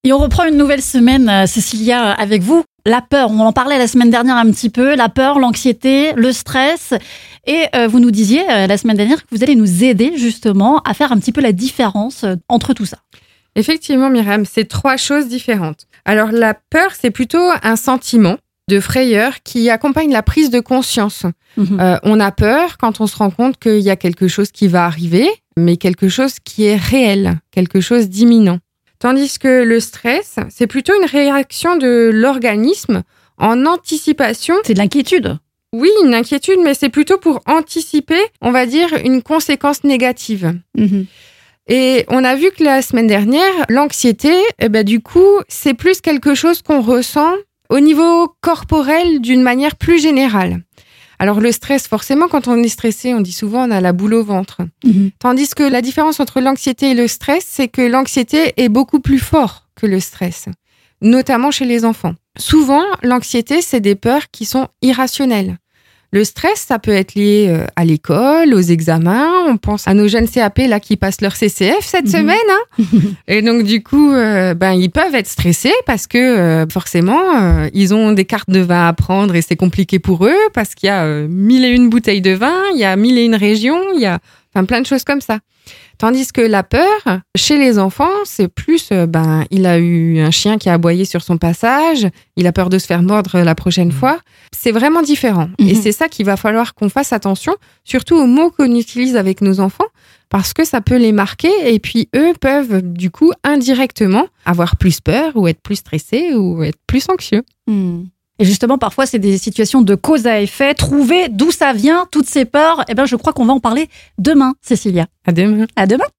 Et on reprend une nouvelle semaine, Cécilia, avec vous. La peur, on en parlait la semaine dernière un petit peu, la peur, l'anxiété, le stress. Et vous nous disiez la semaine dernière que vous allez nous aider justement à faire un petit peu la différence entre tout ça. Effectivement, Myriam, c'est 3 choses différentes. Alors, la peur, c'est plutôt un sentiment de frayeur qui accompagne la prise de conscience. On a peur quand on se rend compte qu'il y a quelque chose qui va arriver, mais quelque chose qui est réel, quelque chose d'imminent. Tandis que le stress, c'est plutôt une réaction de l'organisme en anticipation. C'est de l'inquiétude. Oui, une inquiétude, mais c'est plutôt pour anticiper, on va dire, une conséquence négative. Et on a vu que la semaine dernière, l'anxiété, du coup, c'est plus quelque chose qu'on ressent au niveau corporel d'une manière plus générale. Alors le stress, forcément, quand on est stressé, on dit souvent on a la boule au ventre. Tandis que la différence entre l'anxiété et le stress, c'est que l'anxiété est beaucoup plus fort que le stress, notamment chez les enfants. Souvent, l'anxiété, c'est des peurs qui sont irrationnelles. Le stress, ça peut être lié à l'école, aux examens. On pense à nos jeunes CAP là qui passent leur CCF cette semaine. Et donc, du coup, ils peuvent être stressés parce que forcément, ils ont des cartes de vin à prendre et c'est compliqué pour eux parce qu'il y a 1001 bouteilles de vin, il y a 1001 régions, il y a plein de choses comme ça. Tandis que la peur, chez les enfants, c'est plus, il a eu un chien qui a aboyé sur son passage, il a peur de se faire mordre la prochaine fois. C'est vraiment différent. Et c'est ça qu'il va falloir qu'on fasse attention, surtout aux mots qu'on utilise avec nos enfants, parce que ça peut les marquer et puis eux peuvent, du coup, indirectement avoir plus peur ou être plus stressés ou être plus anxieux. Et justement, parfois, c'est des situations de cause à effet. Trouver d'où ça vient, toutes ces peurs, je crois qu'on va en parler demain, Cécilia. À demain. À demain.